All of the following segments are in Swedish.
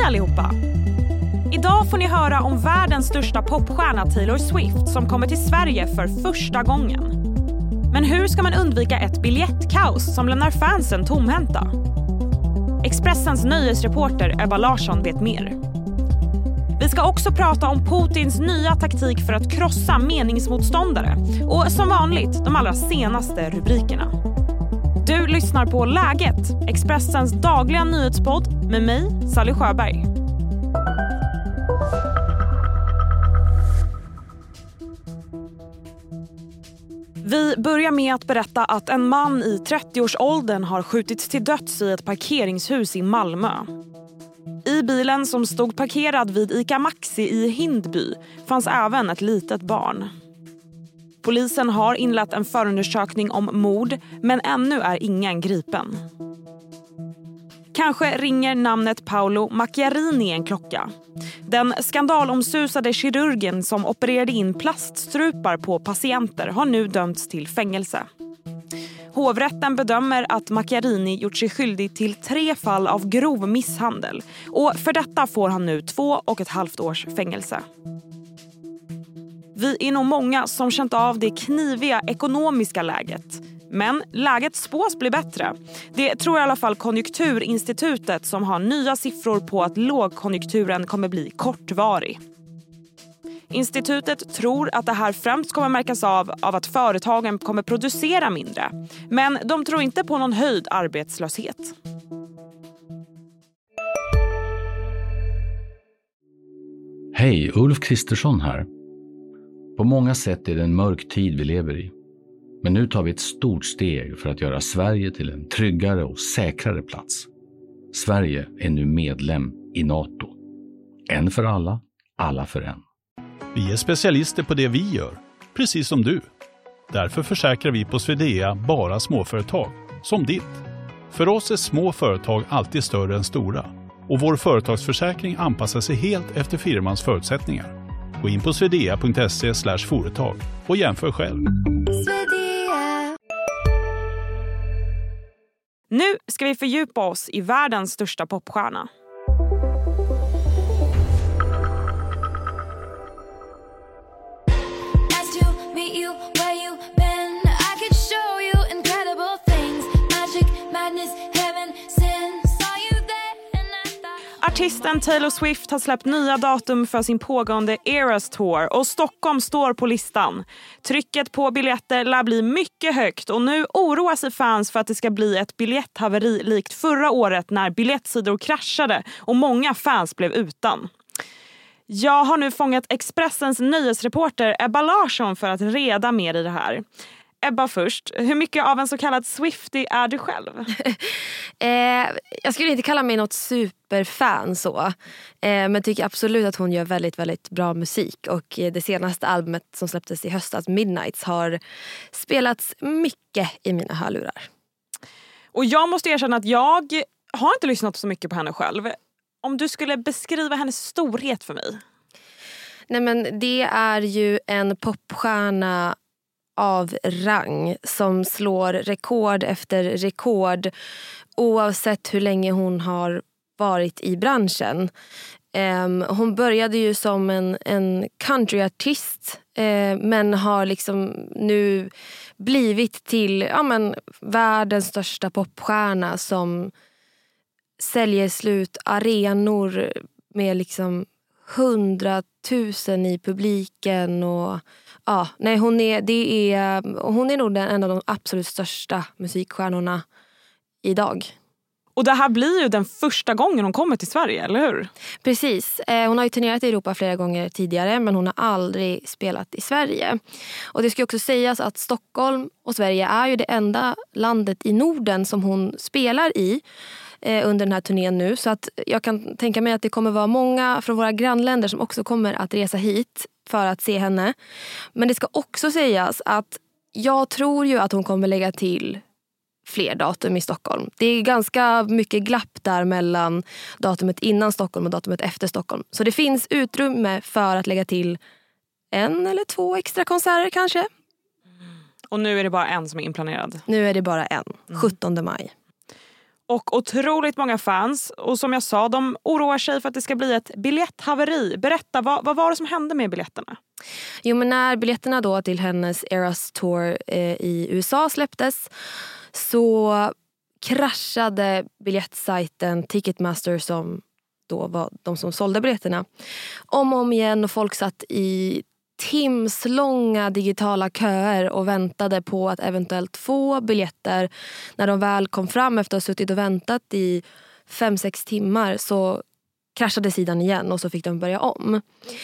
allihopa! Idag får ni höra om världens största popstjärna Taylor Swift som kommer till Sverige för första gången. Men hur ska man undvika ett biljettkaos som lämnar fansen tomhänta? Expressens nöjesreporter Ebba Larsson vet mer. Vi ska också prata om Putins nya taktik för att krossa meningsmotståndare och som vanligt de allra senaste rubrikerna. Du lyssnar på Läget, Expressens dagliga nyhetspodd med mig, Sally Sjöberg. Vi börjar med att berätta att en man i 30-årsåldern har skjutits till döds i ett parkeringshus i Malmö. I bilen som stod parkerad vid ICA Maxi i Hindby fanns även ett litet barn. Polisen har inlett en förundersökning om mord, men ännu är ingen gripen. Kanske ringer namnet Paolo Macchiarini en klocka. Den skandalomsusade kirurgen som opererade in plaststrupar på patienter har nu dömts till fängelse. Hovrätten bedömer att Macchiarini gjort sig skyldig till 3 fall av grov misshandel och för detta får han nu 2,5 års fängelse. Vi är nog många som känt av det kniviga ekonomiska läget. Men läget spås bli bättre. Det tror i alla fall Konjunkturinstitutet som har nya siffror på att lågkonjunkturen kommer bli kortvarig. Institutet tror att det här främst kommer märkas av att företagen kommer producera mindre. Men de tror inte på någon höjd arbetslöshet. Hej, Ulf Kristersson här. På många sätt är det en mörk tid vi lever i. Men nu tar vi ett stort steg för att göra Sverige till en tryggare och säkrare plats. Sverige är nu medlem i NATO. En för alla, alla för en. Vi är specialister på det vi gör, precis som du. Därför försäkrar vi på Swedea bara småföretag, som ditt. För oss är små företag alltid större än stora. Och vår företagsförsäkring anpassar sig helt efter firmans förutsättningar. Gå in på swedea.se/företag och jämför själv. Nu ska vi fördjupa oss i världens största popstjärna. Artisten Taylor Swift har släppt nya datum för sin pågående Eras Tour och Stockholm står på listan. Trycket på biljetter lär bli mycket högt och nu oroar sig fans för att det ska bli ett biljetthaveri likt förra året när biljettsidor kraschade och många fans blev utan. Jag har nu fångat Expressens nöjesreporter Ebba Larsson för att reda mer i det här. Ebba först, hur mycket av en så kallad Swiftie är du själv? Jag skulle inte kalla mig något superfan så. Men tycker absolut att hon gör väldigt, väldigt bra musik. Och det senaste albumet som släpptes i höstas, Midnights, har spelats mycket i mina hörlurar. Och jag måste erkänna att jag har inte lyssnat så mycket på henne själv. Om du skulle beskriva hennes storhet för mig? Nej, men det är ju en popstjärna av rang som slår rekord efter rekord oavsett hur länge hon har varit i branschen. Hon började ju som en countryartist men har liksom nu blivit till världens största popstjärna som säljer slut arenor med liksom 100 000 i publiken och hon är nog en av de absolut största musikstjärnorna idag. Och det här blir ju den första gången hon kommer till Sverige, eller hur? Precis. Hon har ju turnerat i Europa flera gånger tidigare men hon har aldrig spelat i Sverige. Och det ska också sägas att Stockholm och Sverige är ju det enda landet i Norden som hon spelar i under den här turnén nu. Så att jag kan tänka mig att det kommer vara många från våra grannländer som också kommer att resa hit för att se henne. Men det ska också sägas att jag tror ju att hon kommer lägga till fler datum i Stockholm. Det är ganska mycket glapp där mellan datumet innan Stockholm och datumet efter Stockholm. Så det finns utrymme för att lägga till 1 eller 2 extra konserter kanske. Och nu är det bara en som är inplanerad? Nu är det bara en, 17 maj. Och otroligt många fans. Och som jag sa, de oroar sig för att det ska bli ett biljetthaveri. Berätta, vad var det som hände med biljetterna? Jo, men när biljetterna då till hennes Eras Tour i USA släpptes så kraschade biljettsajten Ticketmaster, som då var de som sålde biljetterna, om och om igen, och folk satt i timslånga digitala köer och väntade på att eventuellt få biljetter. När de väl kom fram efter att ha suttit och väntat i 5-6 timmar så kraschade sidan igen och så fick de börja om.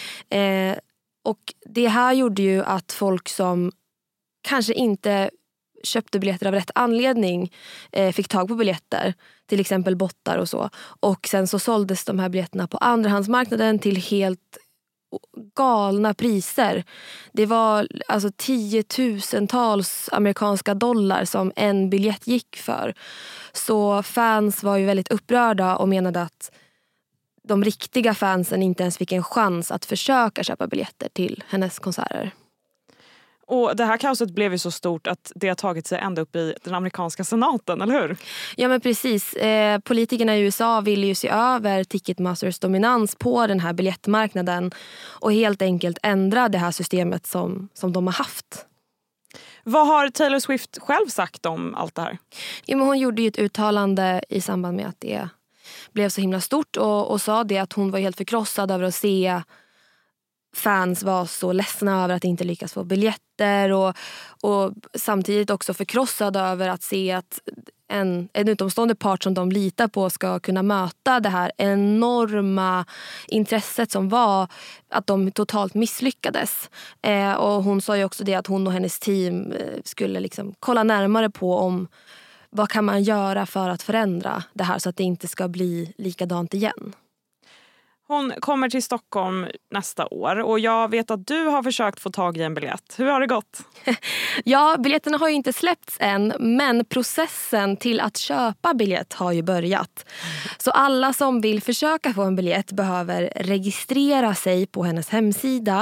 Och det här gjorde ju att folk som kanske inte köpte biljetter av rätt anledning fick tag på biljetter, till exempel bottar och så. Och sen så såldes de här biljetterna på andrahandsmarknaden till helt galna priser. Det var alltså 10-tusentals amerikanska dollar som en biljett gick för. Så fans var ju väldigt upprörda och menade att de riktiga fansen inte ens fick en chans att försöka köpa biljetter till hennes konserter. Och det här kaoset blev ju så stort att det har tagit sig ända upp i den amerikanska senaten, eller hur? Ja, men precis. Politikerna i USA ville ju se över Ticketmasters dominans på den här biljettmarknaden och helt enkelt ändra det här systemet som de har haft. Vad har Taylor Swift själv sagt om allt det här? Ja, men hon gjorde ju ett uttalande i samband med att det blev så himla stort och sa det att hon var helt förkrossad över att se fans var så ledsna över att inte lyckas få biljetter och samtidigt också förkrossad över att se att en utomstående part som de litar på ska kunna möta det här enorma intresset som var, att de totalt misslyckades. Och hon sa ju också det att hon och hennes team skulle liksom kolla närmare på om vad kan man göra för att förändra det här så att det inte ska bli likadant igen. Hon kommer till Stockholm nästa år och jag vet att du har försökt få tag i en biljett. Hur har det gått? Ja, biljetterna har ju inte släppts än, men processen till att köpa biljett har ju börjat. Så alla som vill försöka få en biljett behöver registrera sig på hennes hemsida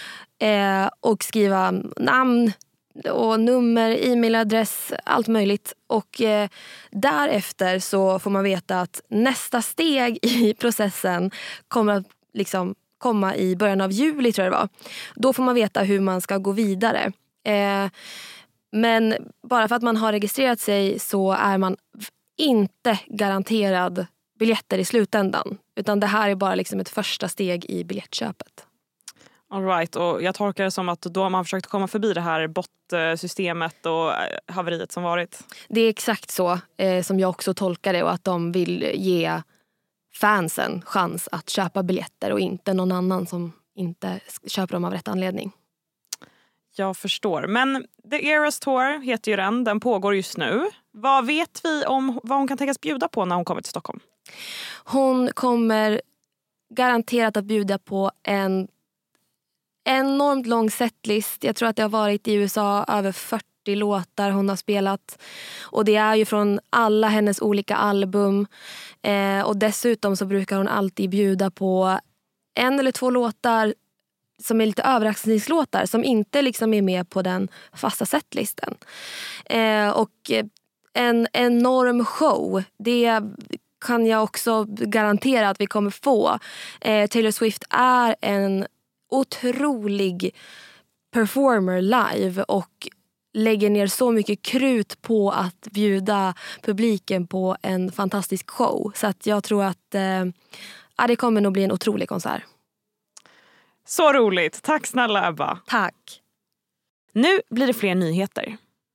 och skriva namn och nummer, e-mailadress, allt möjligt. Och därefter så får man veta att nästa steg i processen kommer att liksom komma i början av juli, tror jag det var. Då får man veta hur man ska gå vidare. Men bara för att man har registrerat sig så är man inte garanterad biljetter i slutändan. Utan det här är bara liksom ett första steg i biljettköpet. All right, och jag tolkar det som att då har man försökt komma förbi det här botsystemet och haveriet som varit. Det är exakt så som jag också tolkar det, och att de vill ge fansen chans att köpa biljetter och inte någon annan som inte köper dem av rätt anledning. Jag förstår, men The Eras Tour heter ju den pågår just nu. Vad vet vi om vad hon kan tänkas bjuda på när hon kommer till Stockholm? Hon kommer garanterat att bjuda på en enormt lång setlist. Jag tror att det har varit i USA över 40 låtar hon har spelat. Och det är ju från alla hennes olika album. Och dessutom så brukar hon alltid bjuda på 1 eller 2 låtar som är lite överraskningslåtar. Som inte liksom är med på den fasta setlisten. Och en enorm show. Det kan jag också garantera att vi kommer få. Taylor Swift är en otrolig performer live och lägger ner så mycket krut på att bjuda publiken på en fantastisk show. Så att jag tror att det kommer nog bli en otrolig konsert. Så roligt. Tack snälla Ebba. Tack. Nu blir det fler nyheter.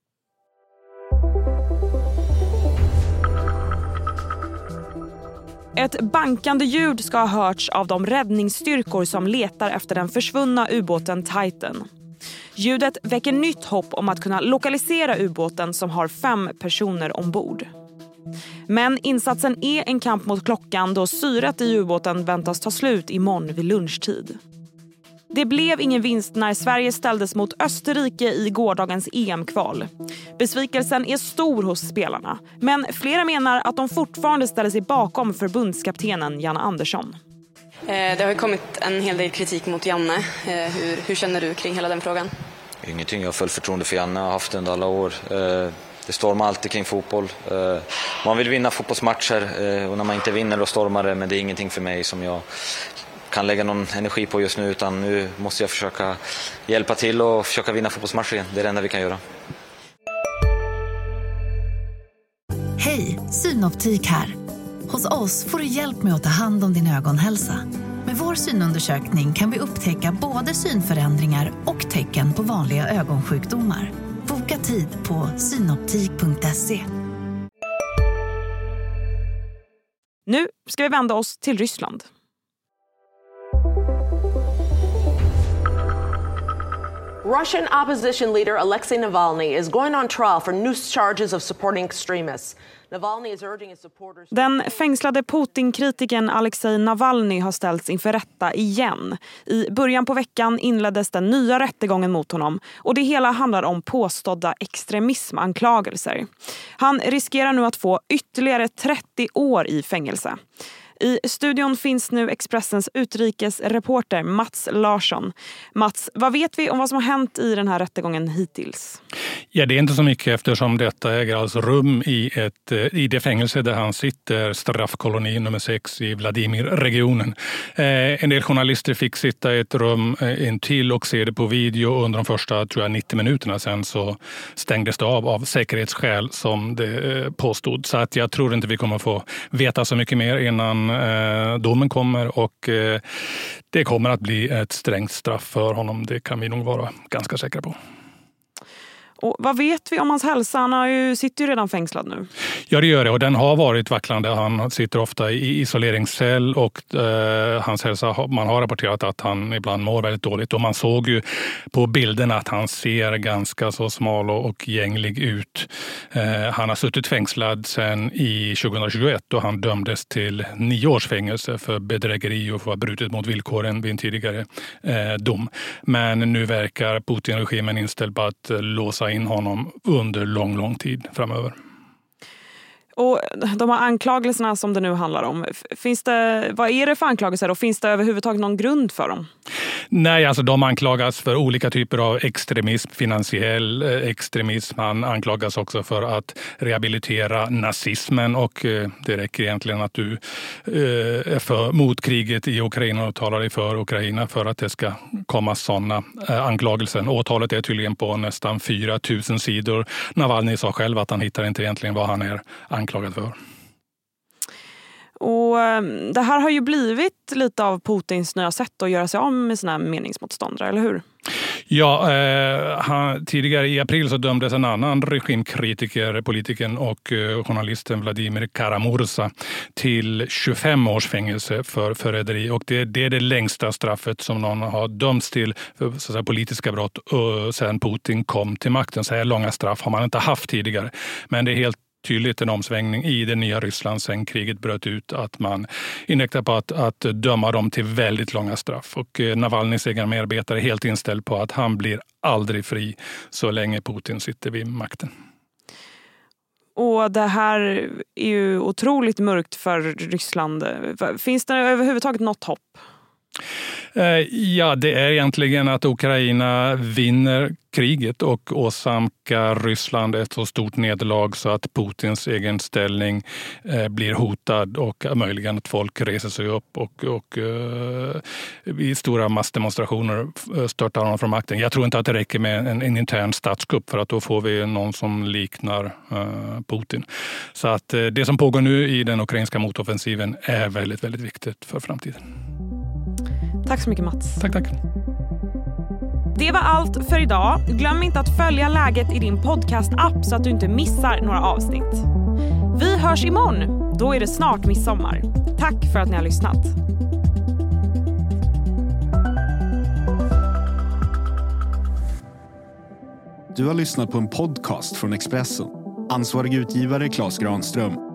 Ett bankande ljud ska ha hörts av de räddningsstyrkor som letar efter den försvunna ubåten Titan. Ljudet väcker nytt hopp om att kunna lokalisera ubåten som har 5 personer ombord. Men insatsen är en kamp mot klockan då syret i ubåten väntas ta slut imorgon vid lunchtid. Det blev ingen vinst när Sverige ställdes mot Österrike i gårdagens EM-kval. Besvikelsen är stor hos spelarna, men flera menar att de fortfarande ställer sig bakom förbundskaptenen Janne Andersson. Det har ju kommit en hel del kritik mot Janne. Hur känner du kring hela den frågan? Ingenting, jag har full förtroende för Janne och har haft under alla år. Det stormar alltid kring fotboll. Man vill vinna fotbollsmatcher och när man inte vinner då stormar det, men det är ingenting för mig som jag kan lägga någon energi på just nu, utan nu måste jag försöka hjälpa till och försöka vinna fotbollsmatcher igen. Det är det enda vi kan göra. Hej, Synoptik här. Hos oss får du hjälp med att ta hand om din ögonhälsa. Med vår synundersökning kan vi upptäcka både synförändringar och tecken på vanliga ögonsjukdomar. Boka tid på synoptik.se. Nu ska vi vända oss till Ryssland. Russian opposition leader Alexei Navalny is going on trial for new charges of supporting extremists. Navalny is urging his supporters... Den fängslade Putin-kritikern Alexei Navalny har ställts inför rätta igen. I början på veckan inleddes den nya rättegången mot honom och det hela handlar om påstådda extremismanklagelser. Han riskerar nu att få ytterligare 30 år i fängelse. I studion finns nu Expressens utrikesreporter Mats Larsson. Mats, vad vet vi om vad som har hänt i den här rättegången hittills? Ja, det är inte så mycket eftersom detta äger alltså rum i det fängelse där han sitter, straffkoloni nummer 6 i Vladimir-regionen. En del journalister fick sitta i ett rum intill och se det på video under de första 90 minuterna. Sen så stängdes det av säkerhetsskäl som det påstod. Så att jag tror inte vi kommer få veta så mycket mer innan domen kommer, och det kommer att bli ett strängt straff för honom. Det kan vi nog vara ganska säkra på. Och vad vet vi om hans hälsa? Han sitter ju redan fängslad nu. Ja, det gör det, och den har varit vacklande. Han sitter ofta i isoleringscell och hans hälsa, man har rapporterat att han ibland mår väldigt dåligt. Och man såg ju på bilderna att han ser ganska så smal och gänglig ut. Han har suttit fängslad sedan i 2021 då han dömdes till 9 års fängelse för bedrägeri och för att ha brutit mot villkoren vid en tidigare dom. Men nu verkar Putin-regimen inställd på att låsa in honom under lång tid framöver. Och de här anklagelserna som det nu handlar om, vad är det för anklagelser och finns det överhuvudtaget någon grund för dem? Nej, alltså de anklagas för olika typer av extremism, finansiell extremism. Han anklagas också för att rehabilitera nazismen, och det räcker egentligen att du är mot kriget i Ukraina och talar dig för Ukraina för att det ska komma sådana anklagelser. Åtalet är tydligen på nästan 4 000 sidor. Navalny sa själv att han hittar inte egentligen vad han är anklagad för. Och det här har ju blivit lite av Putins nya sätt att göra sig av med sina meningsmotståndare, eller hur? Ja, tidigare i april så dömdes en annan regimkritiker, politikern och journalisten Vladimir Kara-Murza till 25 års fängelse för förräderi. Och det är det längsta straffet som någon har dömts till för så att säga, politiska brott sedan Putin kom till makten. Så här långa straff har man inte haft tidigare. Men det är helt tydligt en omsvängning i det nya Ryssland sen kriget bröt ut, att man inriktar på att döma dem till väldigt långa straff. Och Navalnys egen medarbetare är helt inställd på att han blir aldrig fri så länge Putin sitter vid makten. Och det här är ju otroligt mörkt för Ryssland. Finns det överhuvudtaget något hopp? Ja, det är egentligen att Ukraina vinner kriget och åsamkar Ryssland ett så stort nederlag så att Putins egen ställning blir hotad och möjligen att folk reser sig upp och i stora massdemonstrationer störtar honom från makten. Jag tror inte att det räcker med en intern statskupp, för att då får vi någon som liknar Putin. Så att det som pågår nu i den ukrainska motoffensiven är väldigt, väldigt viktigt för framtiden. Tack så mycket, Mats. Tack. Det var allt för idag. Glöm inte att följa läget i din podcast-app så att du inte missar några avsnitt. Vi hörs imorgon. Då är det snart midsommar. Tack för att ni har lyssnat. Du har lyssnat på en podcast från Expressen. Ansvarig utgivare Claes Granström.